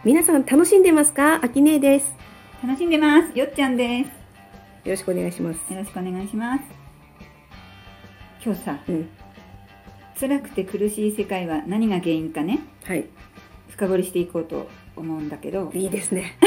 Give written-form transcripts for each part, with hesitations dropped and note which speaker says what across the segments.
Speaker 1: 皆さん楽しんでますか？あきねえです。
Speaker 2: 楽しんでます。よっちゃんです。
Speaker 1: よろしくお願いします。
Speaker 2: よろしくお願いします。今日さ、辛くて苦しい世界は何が原因かね、
Speaker 1: はい、
Speaker 2: 深掘りしていこうと思うんだけど。
Speaker 1: いいですね。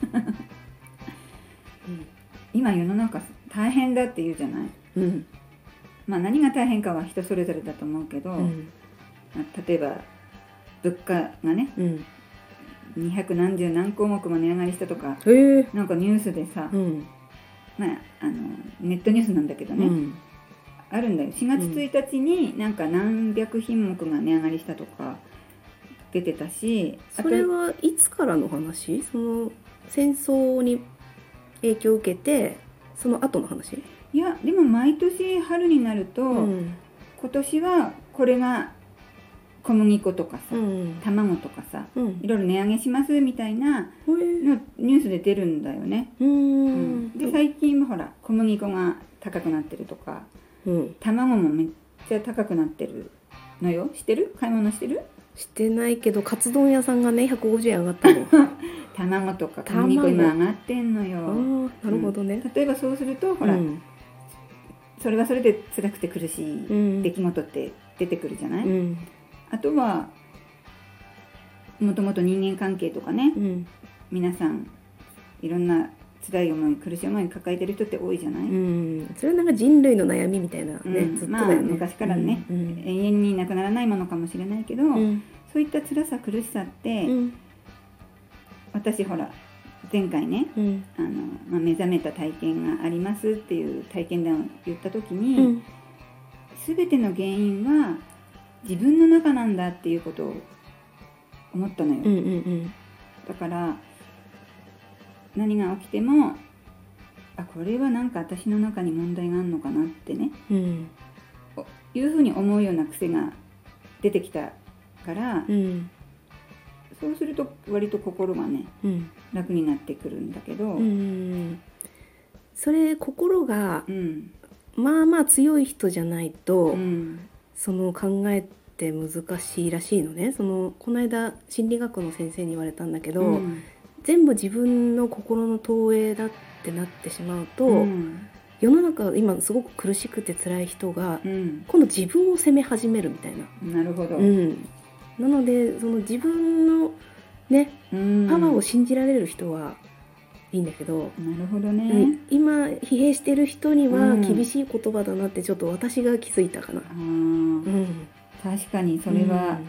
Speaker 2: 今世の中大変だって言うじゃない。まあ何が大変かは人それぞれだと思うけど、例えば物価がね、200何十何項目も値上がりしたとか、なんかニュースでさ、まあ、ネットニュースなんだけどね、あるんだよ。4月1日になんか何百品目が値上がりしたとか出てたし。
Speaker 1: それはいつからの話？その戦争に影響を受けてその後の話？
Speaker 2: いや、でも毎年春になると、今年はこれが小麦粉とかさ、卵とかさ、いろいろ値上げしますみたいなのニュースで出るんだよね。で最近はほら小麦粉が高くなってるとか、卵もめっちゃ高くなってるのよ。知ってる？買い物してる？
Speaker 1: してないけど、カツ丼屋さんがね150円上がったの。
Speaker 2: 卵とか小麦粉今上がってんのよ。
Speaker 1: なるほどね。
Speaker 2: 例えばそうするとほら、それはそれで辛くて苦しい出来事って出てくるじゃない。あとはもともと人間関係とかね、皆さんいろんな辛い思い、苦しい思い抱えてる人って多いじゃない。
Speaker 1: それはなんか人類の悩みみたいなね、ずっとだよね。
Speaker 2: 昔からね、永遠になくならないものかもしれないけど、そういった辛さ苦しさって、私ほら前回ね、目覚めた体験がありますっていう体験談を言った時に、全ての原因は自分の中なんだっていうことを思ったのよ。だから何が起きても、これはなんか私の中に問題があるのかなってね、いうふうに思うような癖が出てきたから、そうすると割と心がね、楽になってくるんだけど、
Speaker 1: それ心が、まあまあ強い人じゃないと、その考えって難しいらしいのね。この間心理学の先生に言われたんだけど、全部自分の心の投影だってなってしまうと、世の中今すごく苦しくて辛い人が、今度自分を責め始めるみたいな。
Speaker 2: なるほど。
Speaker 1: なのでその自分のね、パワーを信じられる人はいいんだけど、
Speaker 2: なるほどね、
Speaker 1: 今疲弊してる人には厳しい言葉だなってちょっと私が気づいたかな。
Speaker 2: 確かにそれは、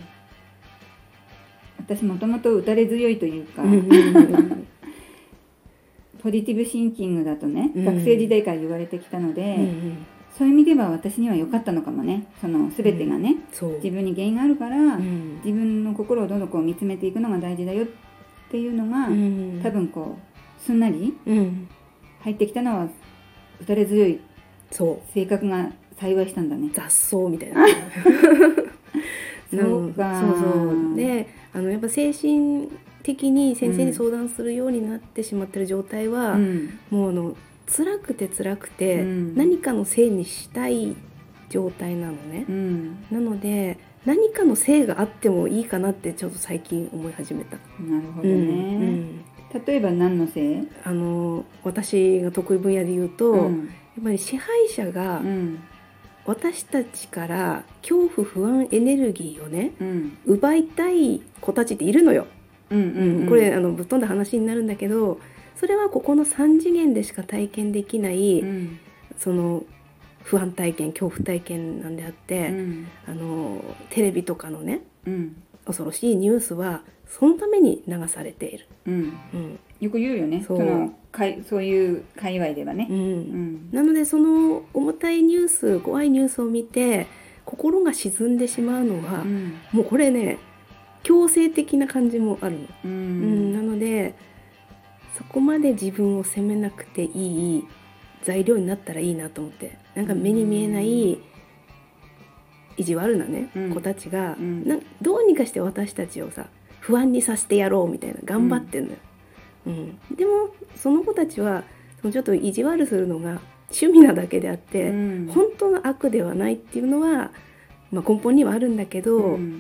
Speaker 2: 私もともと打たれ強いというか、ポジティブシンキングだとね、学生時代から言われてきたので、そういう意味では私には良かったのかもね。その全てがね、自分に原因があるから、自分の心をどんどんこう見つめていくのが大事だよっていうのが、多分こうすんなり入ってきたのは、打たれ強い性格が幸いしたんだね。
Speaker 1: 雑草みたいな。
Speaker 2: そうか。
Speaker 1: で、やっぱ精神的に先生に相談するようになってしまってる状態は、もう辛くて、何かのせいにしたい状態なのね。なので何かのせいがあってもいいかなってちょっと最近思い始めた。
Speaker 2: なるほどね。例えば何のせい？
Speaker 1: 私が得意分野で言うと、やっぱり支配者が、私たちから恐怖不安エネルギーをね、奪いたい子たちっているのよ。これぶっ飛んだ話になるんだけど、それはここの3次元でしか体験できない、その不安体験、恐怖体験なんであって、テレビとかのね、恐ろしいニュースはそのために流されている。
Speaker 2: よく言うよね。そういう界隈ではね。
Speaker 1: なのでその重たいニュース、怖いニュースを見て心が沈んでしまうのは、もうこれね、強制的な感じもあるの。なのでそこまで自分を責めなくていい材料になったらいいなと思って、なんか目に見えない意地悪なね、子たちが、どうにかして私たちをさ不安にさせてやろうみたいな頑張ってんのよ。でもその子たちはちょっと意地悪するのが趣味なだけであって、本当の悪ではないっていうのは、根本にはあるんだけど、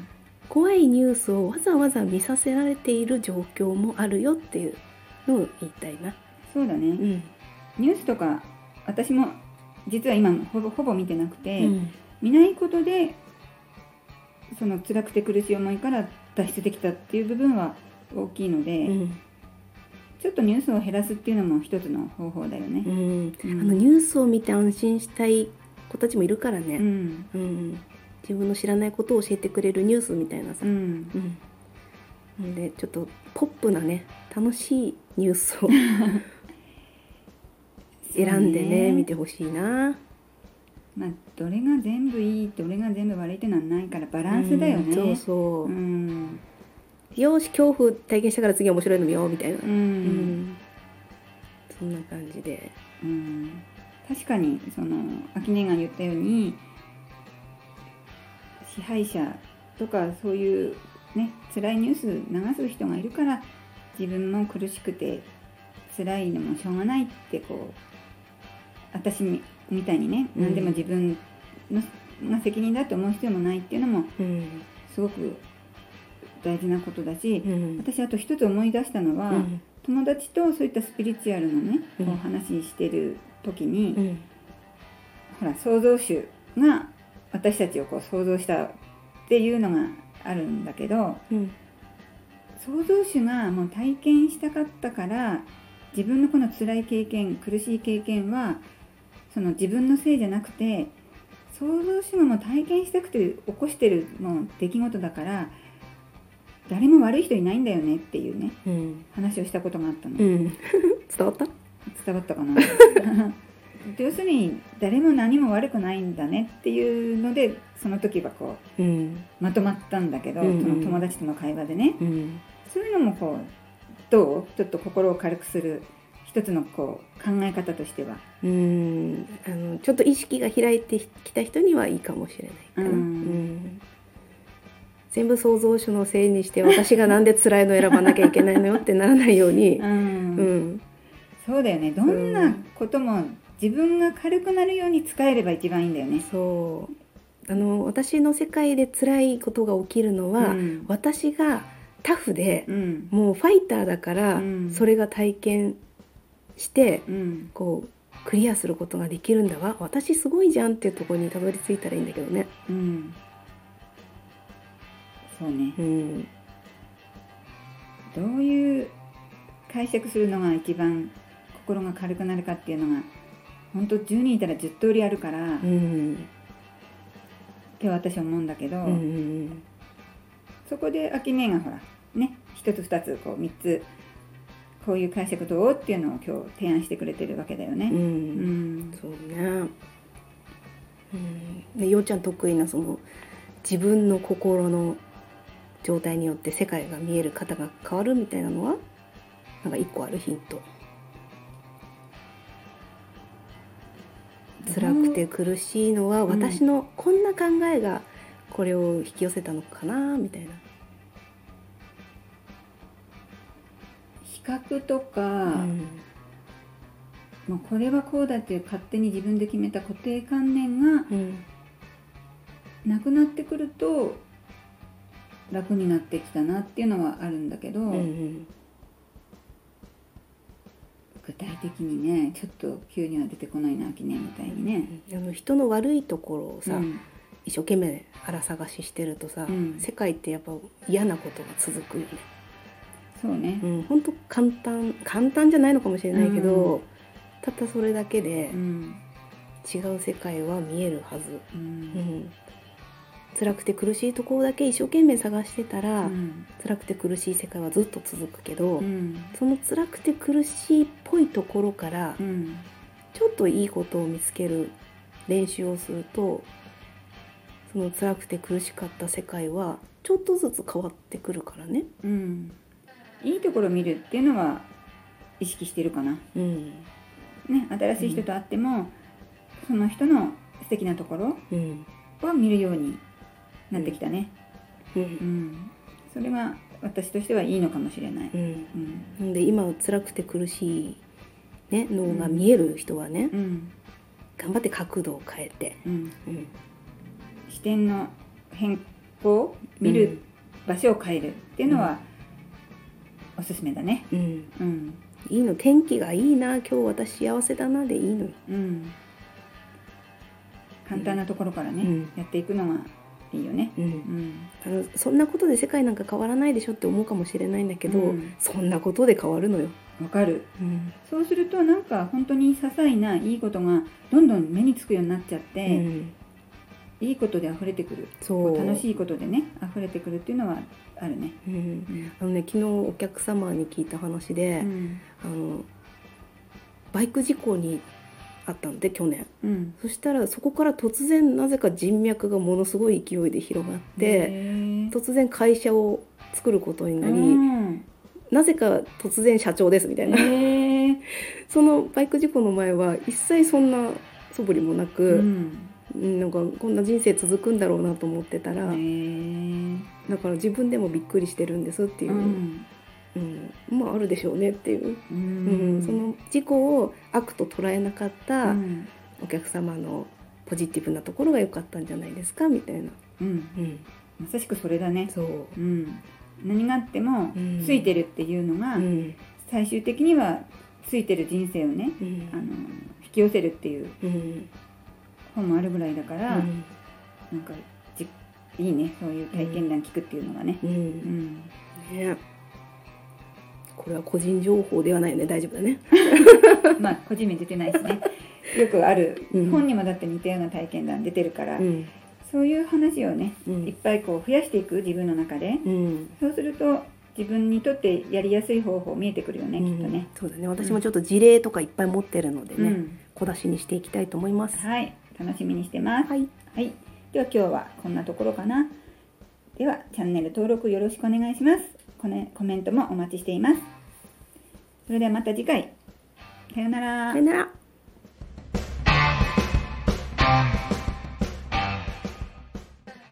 Speaker 1: 怖いニュースをわざわざ見させられている状況もあるよっていうのを言いたいな。
Speaker 2: そうだね、ニュースとか私も実は今ほぼ見てなくて、見ないことでその辛くて苦しい思いから脱出できたっていう部分は大きいので、ちょっとニュースを減らすっていうのも一つの方法だよね。
Speaker 1: ニュースを見て安心したい子たちもいるからね、自分の知らないことを教えてくれるニュースみたいなさ、でちょっとポップなね楽しいニュースを選んでね見てほしいな。
Speaker 2: まあどれが全部いいどれが全部悪いってのはないからバランスだよね。
Speaker 1: そうそう、よし恐怖体験したから次は面白いの見ようみたいな、そんな感じで、
Speaker 2: 確かにその秋音が言ったように支配者とかそういうね辛いニュース流す人がいるから自分も苦しくて辛いのもしょうがないってこう私みたいにね、何でも自分のが責任だと思う必要もないっていうのもすごく大事なことだし、私あと一つ思い出したのは、友達とそういったスピリチュアルのね、お話ししてる時に、ほら創造主が私たちをこう創造したっていうのがあるんだけど、創造主がもう体験したかったから自分のこの辛い経験苦しい経験はその自分のせいじゃなくて創造主がもう体験したくて起こしてるもう出来事だから誰も悪い人いないんだよねっていうね、話をしたことがあったの、
Speaker 1: 伝わった
Speaker 2: かな要するに誰も何も悪くないんだねっていうのでその時はこう、まとまったんだけど、その友達との会話でね、そういうのもこうどうちょっと心を軽くする一つのこう考え方としては
Speaker 1: ちょっと意識が開いてきた人にはいいかもしれないかな、全部創造主のせいにして私がなんで辛いの選ばなきゃいけないのよってならないように、
Speaker 2: そうだよね。どんなことも自分が軽くなるように使えれば一番いいんだよね。
Speaker 1: そう私の世界で辛いことが起きるのは、私がタフで、もうファイターだから、それが体験して、こうクリアすることができるんだわ私すごいじゃんっていうところにたどり着いたらいいんだけどね。
Speaker 2: そうね、どういう解釈するのが一番心が軽くなるかっていうのが本当10人いたら10通りあるから、って私は思うんだけど、そこで秋音がほらね1つ2つこう3つこういう解釈どうっていうのを今日提案してくれてるわけだよね。
Speaker 1: そうね。ようちゃん得意なその自分の心の状態によって世界が見える方が変わるみたいなのはなんか一個あるヒント。辛くて苦しいのは私のこんな考えがこれを引き寄せたのかなみたいな。
Speaker 2: 比較とか、もうこれはこうだっていう勝手に自分で決めた固定観念がなくなってくると楽になってきたなっていうのはあるんだけど、具体的にねちょっと急には出てこないな秋音みたいにね、
Speaker 1: 人の悪いところをさ、一生懸命荒探ししてるとさ、世界ってやっぱ嫌なことが続くよね。
Speaker 2: そうね、
Speaker 1: 本当簡単じゃないのかもしれないけど、たったそれだけで違う世界は見えるはず。辛くて苦しいところだけ一生懸命探してたら、辛くて苦しい世界はずっと続くけど、その辛くて苦しいっぽいところから、ちょっといいことを見つける練習をすると、その辛くて苦しかった世界はちょっとずつ変わってくるからね。
Speaker 2: いいところを見るっていうのは意識してるかな。新しい人と会っても、その人の素敵なところを見るようになってきたね。それが私としてはいいのかもしれない。で
Speaker 1: 今辛くて苦しい、のが見える人はね、頑張って角度を変えて、
Speaker 2: 視点の変更見る場所を変えるっていうのはおすすめだね。
Speaker 1: いいの、天気がいいな、今日私幸せだなでいいのよ。
Speaker 2: 簡単なところからね、やっていくのがいいよね。
Speaker 1: そんなことで世界なんか変わらないでしょって思うかもしれないんだけど、そんなことで変わるのよ。
Speaker 2: わかる。そうするとなんか本当に些細ないいことがどんどん目につくようになっちゃって、いいことで溢れてくる。楽しいことでね溢れてくるっていうのはあるね。
Speaker 1: 昨日お客様に聞いた話で、バイク事故にあったんで去年、そしたらそこから突然なぜか人脈がものすごい勢いで広がって、突然会社を作ることになり、なぜか突然社長ですみたいな、そのバイク事故の前は一切そんな素振りもなく、なんかこんな人生続くんだろうなと思ってたら、だから自分でもびっくりしてるんですっていう、まああるでしょうねっていう、その事故を悪と捉えなかったお客様のポジティブなところが良かったんじゃないですかみたいな。
Speaker 2: まさしくそれだね。
Speaker 1: そう、
Speaker 2: 何があってもついてるっていうのが、最終的にはついてる人生をね、引き寄せるっていう本もあるぐらいだから、なんかいいね、そういう体験談聞くっていうのがね。
Speaker 1: ね、これは個人情報ではないよね。大丈夫だね。
Speaker 2: まあ個人名出てないしね。よくある、本にもだって似たような体験談出てるから、そういう話をね、いっぱいこう増やしていく自分の中で、そうすると自分にとってやりやすい方法見えてくるよね、きっとね。
Speaker 1: そうだね。私もちょっと事例とかいっぱい持ってるのでね、小出しにしていきたいと思います。
Speaker 2: はい、楽しみにしてます。はい、では今日はこんなところかな。ではチャンネル登録よろしくお願いします。コメントもお待ちしています。それではまた次回。さよなら。
Speaker 1: さよなら。